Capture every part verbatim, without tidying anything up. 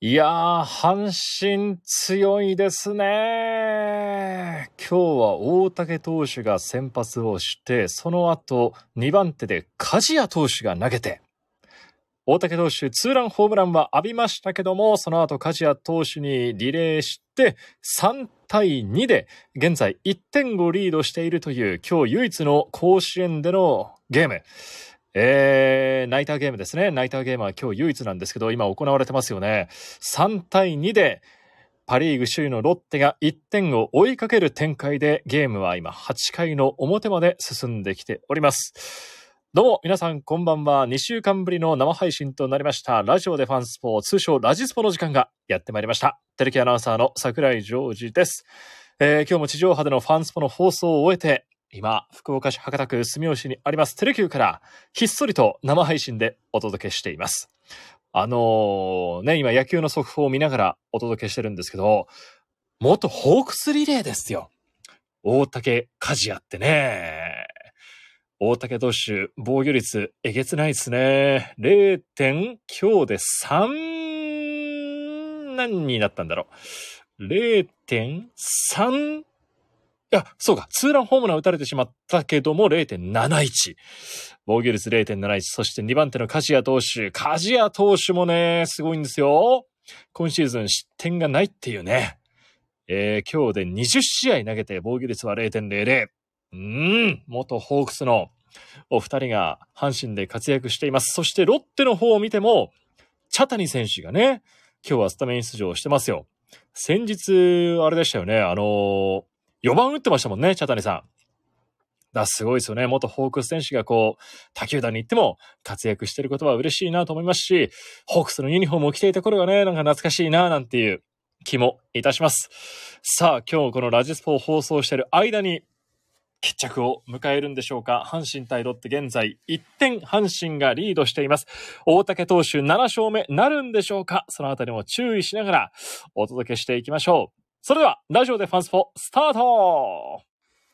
いやー、阪神強いですね。今日は大竹投手が先発をして、その後にばん手で梶谷投手が投げて、大竹投手ツーランホームランは浴びましたけども、その後梶谷投手にリレーしてさんたいにで現在いってんをリードしているという今日唯一の甲子園でのゲーム。えー、ナイターゲームですね。ナイターゲームは今日唯一なんですけど、今行われてますよね。さんたいにでパリーグ首位のロッテがいってんを追いかける展開で、ゲームは今はちかいの表まで進んできております。どうも皆さんこんばんは。にしゅうかんぶりの生配信となりましたラジオでファンスポ、通称ラジスポの時間がやってまいりました。テレキアナウンサーの櫻井ジョージです。えー、今日も地上波でのファンスポの放送を終えて、今福岡市博多区住吉にありますテレキューからひっそりと生配信でお届けしています。あのー、ね今野球の速報を見ながらお届けしてるんですけど、元ホークスリレーですよ。大竹梶谷ってね、大竹投手防御率えげつないですね。れいてん今日でさん何になったんだろう。れいてんさんいや、そうか。ツーランホームラン打たれてしまったけども れいてんなないち。防御率 れいてんなないち。そしてにばん手の梶谷投手。梶谷投手もね、すごいんですよ。今シーズン失点がないっていうね。えー、今日でにじゅっしあい投げて防御率は れいてんぜろぜろ。うーん、元ホークスのお二人が阪神で活躍しています。そしてロッテの方を見ても、茶谷選手がね、今日はスタメン出場してますよ。先日、あれでしたよね、あのー、よばん打ってましたもんね、茶谷さん。だすごいですよね。元ホークス選手がこう、他球団に行っても活躍してることは嬉しいなと思いますし、ホークスのユニフォームを着ていた頃がね、なんか懐かしいななんていう気もいたします。さあ、今日このラジスポを放送している間に、決着を迎えるんでしょうか。阪神対ロッテ現在いってん阪神がリードしています。大竹投手ななしょうめなるんでしょうか。そのあたりも注意しながらお届けしていきましょう。それではラジオでファンスポスタート。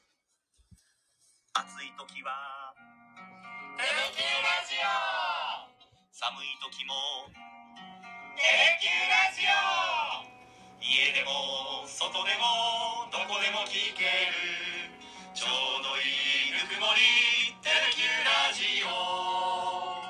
暑い時はテレキューラジオ、寒い時もテレキューラジオ、家でも外でもどこでも聞けるちょうどいいぬくもり、テレキューラジオ。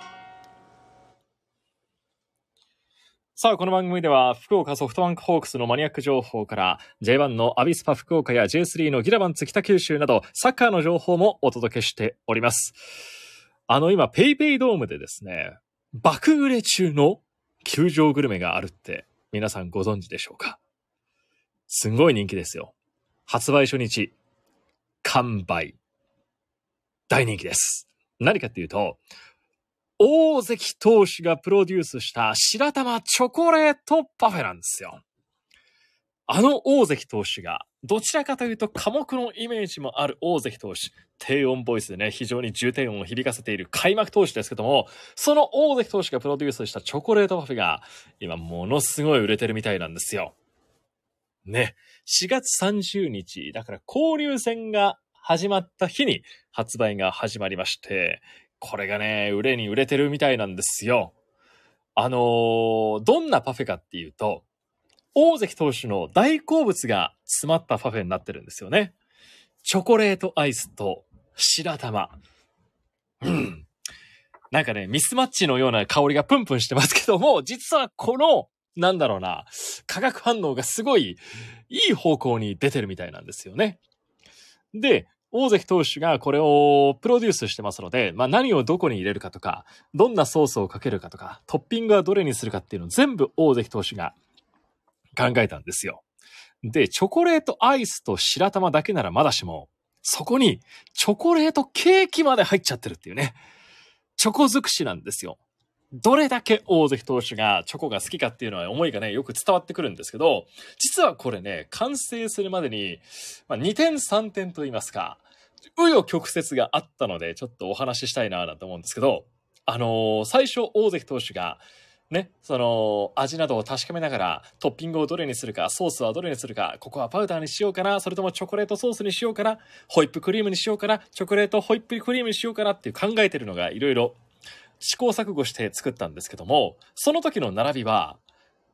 さあ、この番組では福岡ソフトバンクホークスのマニアック情報から ジェイワン のアビスパ福岡や ジェイスリー のギラバンツ北九州などサッカーの情報もお届けしております。あの今ペイペイドームでですね、爆売れ中の球場グルメがあるって皆さんご存知でしょうか。すんごい人気ですよ。発売初日完売。大人気です。何かっていうと、大関投手がプロデュースした白玉チョコレートパフェなんですよ。あの大関投手が、どちらかというと寡黙のイメージもある大関投手、低音ボイスでね、非常に重低音を響かせている開幕投手ですけども、その大関投手がプロデュースしたチョコレートパフェが、今ものすごい売れてるみたいなんですよ。ね、しがつさんじゅうにち、だから交流戦が始まった日に発売が始まりまして、これがね、売れに売れてるみたいなんですよ。あのー、どんなパフェかっていうと、大関投手の大好物が詰まったパフェになってるんですよね。チョコレートアイスと白玉。うん。なんかね、ミスマッチのような香りがプンプンしてますけども、実はこの、なんだろうな、化学反応がすごいいい方向に出てるみたいなんですよね。で、大関投手がこれをプロデュースしてますので、まあ何をどこに入れるかとか、どんなソースをかけるかとか、トッピングはどれにするかっていうのを全部大関投手が考えたんですよ。で、チョコレートアイスと白玉だけならまだしも、そこにチョコレートケーキまで入っちゃってるっていうね。チョコ尽くしなんですよ。どれだけ大関投手がチョコが好きかっていうのは思いがね、よく伝わってくるんですけど、実はこれね、完成するまでに、まあ、にてんさんてんと言いますか、紆余曲折があったので、ちょっとお話ししたいなと思うんですけど、あのー、最初大関投手が、ね、その、味などを確かめながら、トッピングをどれにするか、ソースはどれにするか、ココアパウダーにしようかな、それともチョコレートソースにしようかな、ホイップクリームにしようかな、チョコレートホイップクリームにしようかなっていう考えてるのがいろいろ試行錯誤して作ったんですけども、その時の並びは、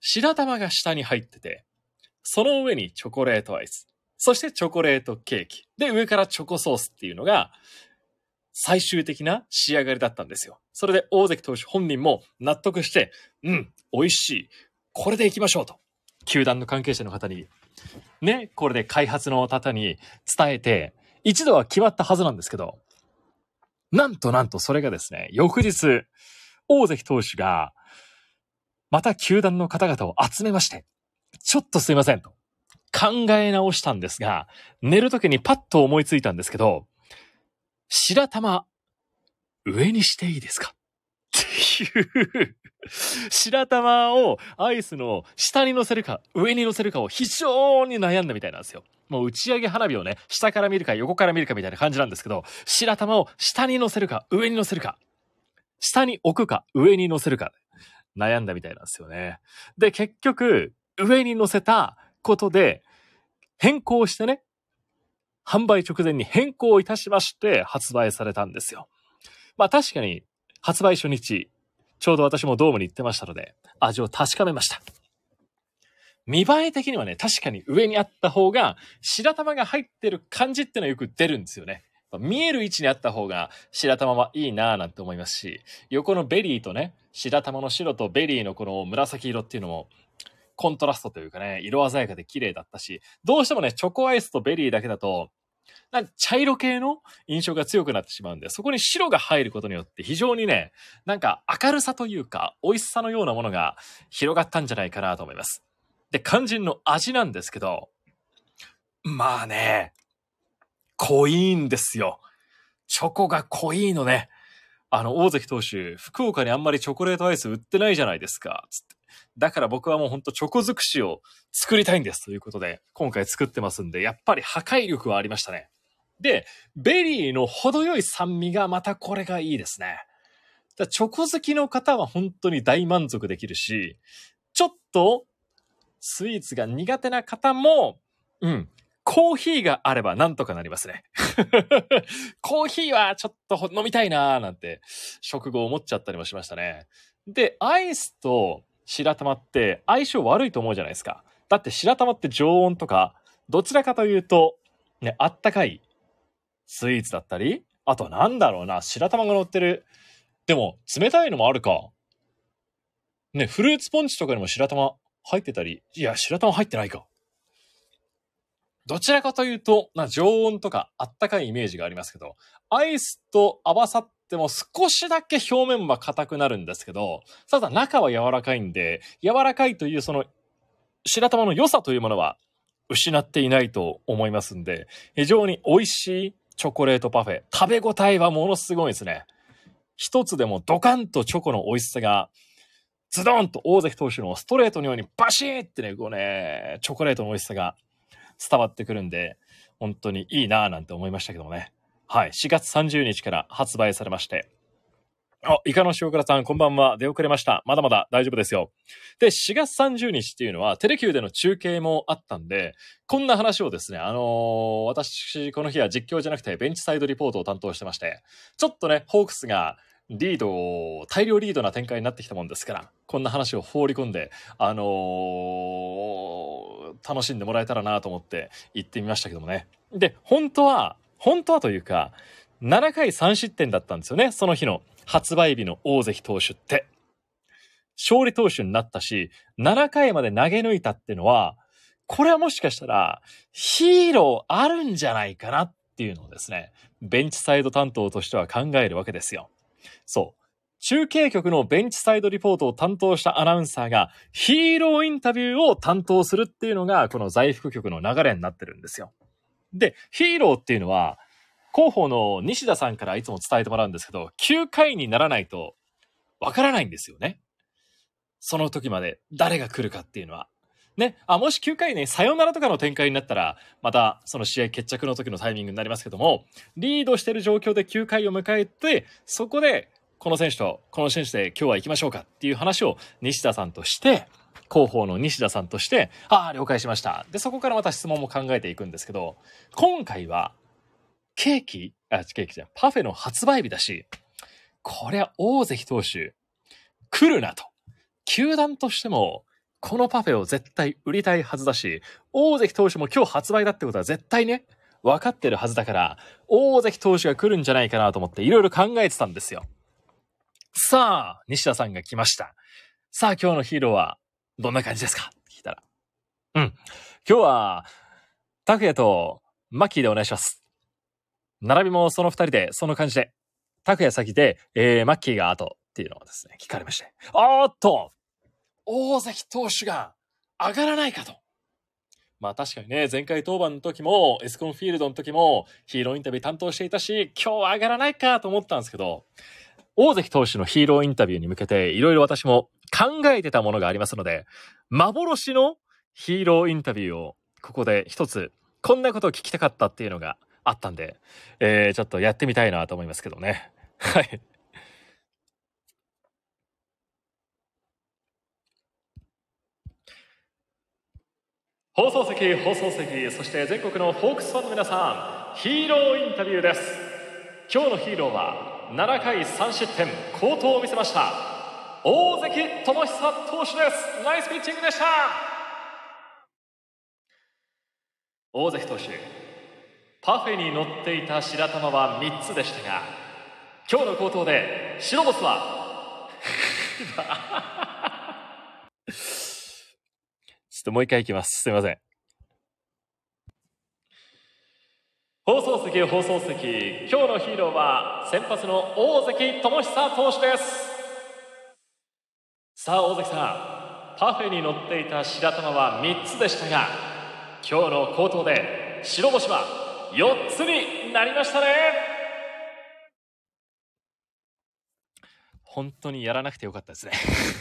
白玉が下に入ってて、その上にチョコレートアイス、そしてチョコレートケーキ、で上からチョコソースっていうのが最終的な仕上がりだったんですよ。それで大関投手本人も納得して、うん、美味しい。これで行きましょうと。球団の関係者の方に、ね、これで開発の方に伝えて、一度は決まったはずなんですけど、なんとなんとそれがですね、翌日、大関投手が、また球団の方々を集めまして、ちょっとすいませんと考え直したんですが、寝るときにパッと思いついたんですけど、白玉、上にしていいですかっていう、白玉をアイスの下に乗せるか上に乗せるかを非常に悩んだみたいなんですよ。もう打ち上げ花火をね、下から見るか横から見るかみたいな感じなんですけど、白玉を下に乗せるか上に乗せるか、下に置くか上に乗せるか、悩んだみたいなんですよね。で、結局、上に乗せたことで、変更してね、販売直前に変更いたしまして発売されたんですよ。まあ確かに発売初日、ちょうど私もドームに行ってましたので、味を確かめました。見栄え的にはね、確かに上にあった方が白玉が入ってる感じってのはよく出るんですよね。見える位置にあった方が白玉はいいなぁなんて思いますし、横のベリーとね、白玉の白とベリーのこの紫色っていうのもコントラストというかね、色鮮やかで綺麗だったし、どうしてもね、チョコアイスとベリーだけだと、なんか茶色系の印象が強くなってしまうんで、そこに白が入ることによって非常にね、なんか明るさというか、美味しさのようなものが広がったんじゃないかなと思います。で、肝心の味なんですけど、まあね、濃いんですよ。チョコが濃いのね。あの、大関投手、福岡にあんまりチョコレートアイス売ってないじゃないですか。つって。だから僕はもうほんとチョコ尽くしを作りたいんですということで、今回作ってますんで、やっぱり破壊力はありましたね。で、ベリーの程よい酸味がまたこれがいいですね。だチョコ好きの方は本当に大満足できるし、ちょっとスイーツが苦手な方も、うん、コーヒーがあればなんとかなりますね。コーヒーはちょっと飲みたいなーなんて食後思っちゃったりもしましたね。で、アイスと白玉って相性悪いと思うじゃないですか。だって白玉って常温とか、どちらかというと、ね、あったかいスイーツだったり、あとなんだろうな、白玉が乗ってる。でも、冷たいのもあるか。ね、フルーツポンチとかにも白玉入ってたり、いや、白玉入ってないか。どちらかというと、な常温とかあったかいイメージがありますけど、アイスと合わさっても少しだけ表面は硬くなるんですけど、ただ中は柔らかいんで、柔らかいというその白玉の良さというものは失っていないと思いますんで、非常に美味しいチョコレートパフェ。食べ応えはものすごいですね。一つでもドカンとチョコの美味しさが、ズドンと大関投手のストレートのようにバシーってね、こうね、チョコレートの美味しさが伝わってくるんで、本当にいいなぁなんて思いましたけどもね。はい。しがつさんじゅうにちから発売されまして。あ、イカの塩辛さん、こんばんは。出遅れました。まだまだ大丈夫ですよ。で、しがつさんじゅうにちっていうのは、テレキューでの中継もあったんで、こんな話をですね、あのー、私、この日は実況じゃなくて、ベンチサイドリポートを担当してまして、ちょっとね、ホークスが、リードを、大量リードな展開になってきたもんですから、こんな話を放り込んで、あのー、楽しんでもらえたらなと思って行ってみましたけどもね。で、本当は、本当はというか、ななかいさんしってんだったんですよね、その日の発売日の大関投手って。勝利投手になったし、ななかいまで投げ抜いたってのは、これはもしかしたら、ヒーローあるんじゃないかなっていうのをですね、ベンチサイド担当としては考えるわけですよ。そう。中継局のベンチサイドリポートを担当したアナウンサーがヒーローインタビューを担当するっていうのがこの在福局の流れになってるんですよ。で、ヒーローっていうのは広報の西田さんからいつも伝えてもらうんですけど、きゅうかいにならないとわからないんですよね。その時まで誰が来るかっていうのは。ね、あ、もしきゅうかいね、サヨナラとかの展開になったら、またその試合決着の時のタイミングになりますけども、リードしてる状況できゅうかいを迎えて、そこでこの選手とこの選手で今日は行きましょうかっていう話を西田さんとして、広報の西田さんとして、ああ、了解しました。で、そこからまた質問も考えていくんですけど、今回は、ケーキ、あ、ケーキじゃん、パフェの発売日だし、こりゃ大関投手、来るなと。球団としても、 このパフェを絶対売りたいはずだし、大関投手も今日発売だってことは絶対ね、分かってるはずだから、大関投手が来るんじゃないかなと思っていろいろ考えてたんですよ。さあ、西田さんが来ました。さあ、今日のヒーローはどんな感じですかって聞いたら。うん。今日は、拓也とマッキーでお願いします。並びもその二人で、その感じで、拓也先で、えー、マッキーが後っていうのをですね、聞かれまして。おーっと大関投手が上がらないかと。まあ確かにね、前回登板の時も、エスコンフィールドの時も、ヒーローインタビュー担当していたし、今日は上がらないかと思ったんですけど、大関投手のヒーローインタビューに向けて、いろいろ私も考えてたものがありますので、幻のヒーローインタビューを、ここで一つ、こんなことを聞きたかったっていうのがあったんで、えー、ちょっとやってみたいなと思いますけどね。はい。放送席、放送席、そして全国のホークスファンの皆さん、ヒーローインタビューです。今日のヒーローはななかいさんしってん、好投を見せました。大関友久投手です。ナイスピッチングでした。大関投手、パフェに乗っていた白玉はみっつでしたが、今日の好投で白星はちょっともう一回いきます。すいません。放送席、放送席、今日のヒーローは先発の大関友久投手です。さあ大関さん、パフェに乗っていた白玉はみっつでしたが、今日の好投で白星はよっつになりましたね。本当にやらなくてよかったですね。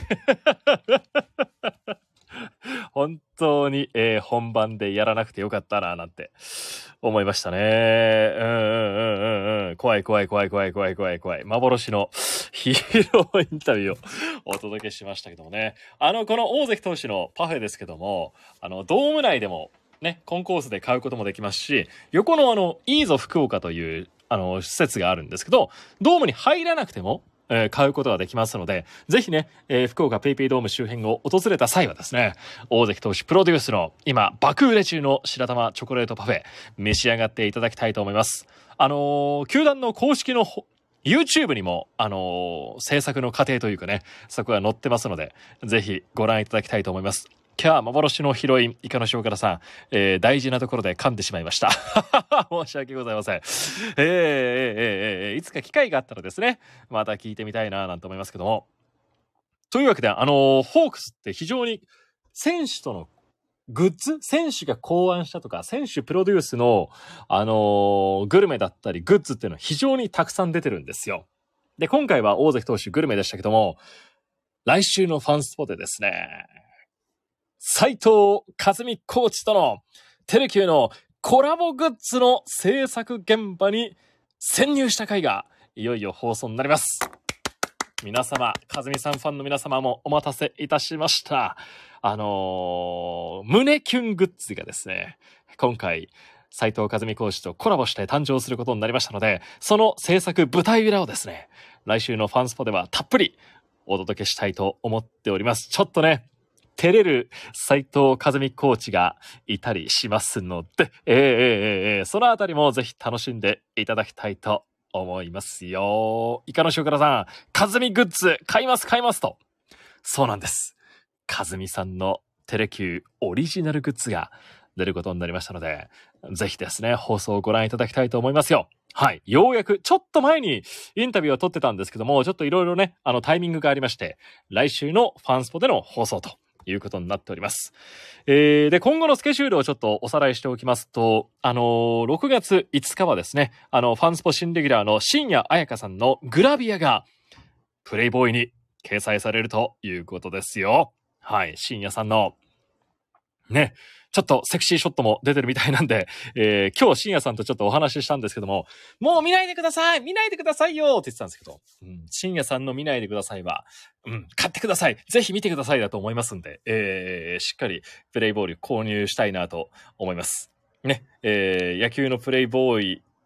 本当に、えー、本番でやらなくてよかったななんて思いましたね。うんうんうんうんうん。怖い怖い怖い怖い怖い怖い怖い。幻のヒーローインタビューをお届けしましたけどもね。あの、この大関投手のパフェですけども、あの、ドーム内でもね、コンコースで買うこともできますし、横のあの、いいぞ福岡という、あの、施設があるんですけど、ドームに入らなくても、えー、買うことができますので、ぜひね、えー、福岡ペイペイドーム周辺を訪れた際はですね、大関投手プロデュースの今爆売れ中の白玉チョコレートパフェ召し上がっていただきたいと思います。あのー、球団の公式のYouTube にも、あのー、制作の過程というかね、そこが載ってますので、ぜひご覧いただきたいと思います。キャー幻のヒロインイカの塩辛さん、えー、大事なところで噛んでしまいました申し訳ございません。えー、えー、えー、いつか機会があったらですね、また聞いてみたいななんて思いますけども、というわけで、あのー、ホークスって非常に選手とのグッズ、選手が考案したとか、選手プロデュースの、あのー、グルメだったりグッズっていうのは非常にたくさん出てるんですよ。で、今回は大関投手グルメでしたけども、来週のファンスポでですね、斉藤和美コーチとのテレキューのコラボグッズの制作現場に潜入した回がいよいよ放送になります。皆様、和美さんファンの皆様もお待たせいたしました。あのー、胸キュングッズがですね、今回斉藤和美コーチとコラボして誕生することになりましたので、その制作舞台裏をですね、来週のファンスポではたっぷりお届けしたいと思っております。ちょっとね、照れる斉藤和美コーチがいたりしますので、えー、えー、えー、そのあたりもぜひ楽しんでいただきたいと思いますよ。イカの塩辛さん、和美グッズ買います買いますと。そうなんです。和美さんのテレキューオリジナルグッズが出ることになりましたので、ぜひですね、放送をご覧いただきたいと思いますよ。はい。ようやく、ちょっと前にインタビューを撮ってたんですけども、ちょっといろいろね、あのタイミングがありまして、来週のファンスポでの放送ということになっております。えー、で、今後のスケジュールをちょっとおさらいしておきますと、あのー、ろくがついつかはですね、あの、ファンスポ新レギュラーの新谷彩香さんのグラビアが、プレイボーイに掲載されるということですよ。はい、新谷さんの、ね、ちょっとセクシーショットも出てるみたいなんで、えー、今日深夜さんとちょっとお話ししたんですけども、もう見ないでください見ないでくださいよって言ってたんですけど、うん、深夜さんの見ないでくださいは、うん、買ってくださいぜひ見てくださいだと思いますんで、えー、しっかりプレイボーイ購入したいなと思います。ね、えー、野球のプレイボーイ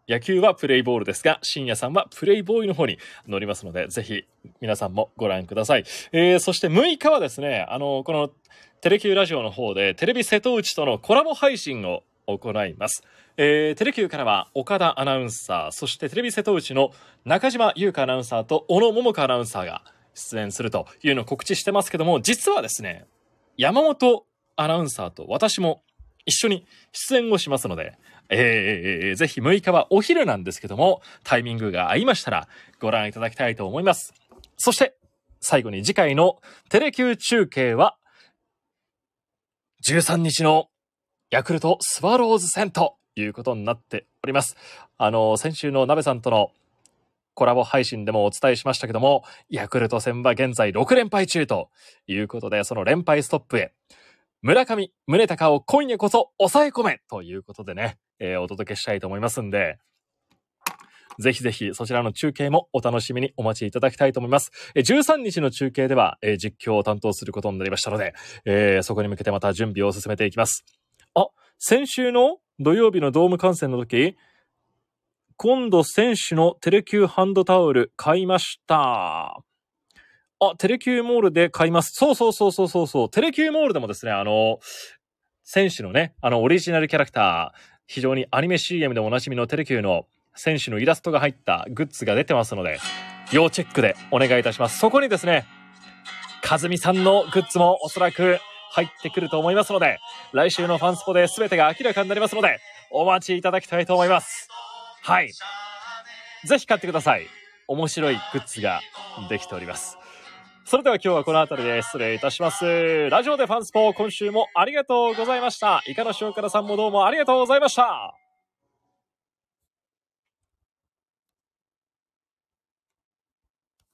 野球はプレイボールですが、深夜さんはプレイボーイの方に乗りますので、ぜひ皆さんもご覧ください。えー、そしてむいかはですね、あの、このテレキューラジオの方でテレビ瀬戸内とのコラボ配信を行います。えー、テレキューからは岡田アナウンサー、そしてテレビ瀬戸内の中島優香アナウンサーと小野桃香アナウンサーが出演するというのを告知してますけども、実はですね、山本アナウンサーと私も一緒に出演をしますので、えー、ぜひむいかはお昼なんですけども、タイミングが合いましたらご覧いただきたいと思います。そして最後に次回のテレキュー中継はじゅうさんにちのヤクルトスワローズ戦ということになっております。あの先週の鍋さんとのコラボ配信でもお伝えしましたけども、ヤクルト戦は現在ろくれんぱい中ということで、その連敗ストップへ村上宗隆を今夜こそ抑え込めということでね、えー、お届けしたいと思いますんで、ぜひぜひそちらの中継もお楽しみにお待ちいただきたいと思います。じゅうさんにちの中継では、えー、実況を担当することになりましたので、えー、そこに向けてまた準備を進めていきます。あ、先週の土曜日のドーム観戦の時、今度選手のテレキューハンドタオル買いました。あ、テレキューモールで買います。そうそうそうそうそうそう。テレキューモールでもですね、あの、選手のね、あの、オリジナルキャラクター、非常にアニメ シーエム でおなじみのテレキューの選手のイラストが入ったグッズが出てますので、要チェックでお願いいたします。そこにですね、かずみさんのグッズもおそらく入ってくると思いますので、来週のファンスポで全てが明らかになりますので、お待ちいただきたいと思います。はい。ぜひ買ってください。面白いグッズができております。それでは今日はこの辺りで失礼いたします。ラジオでファンスポ、今週もありがとうございました。イカの塩辛さんもどうもありがとうございました。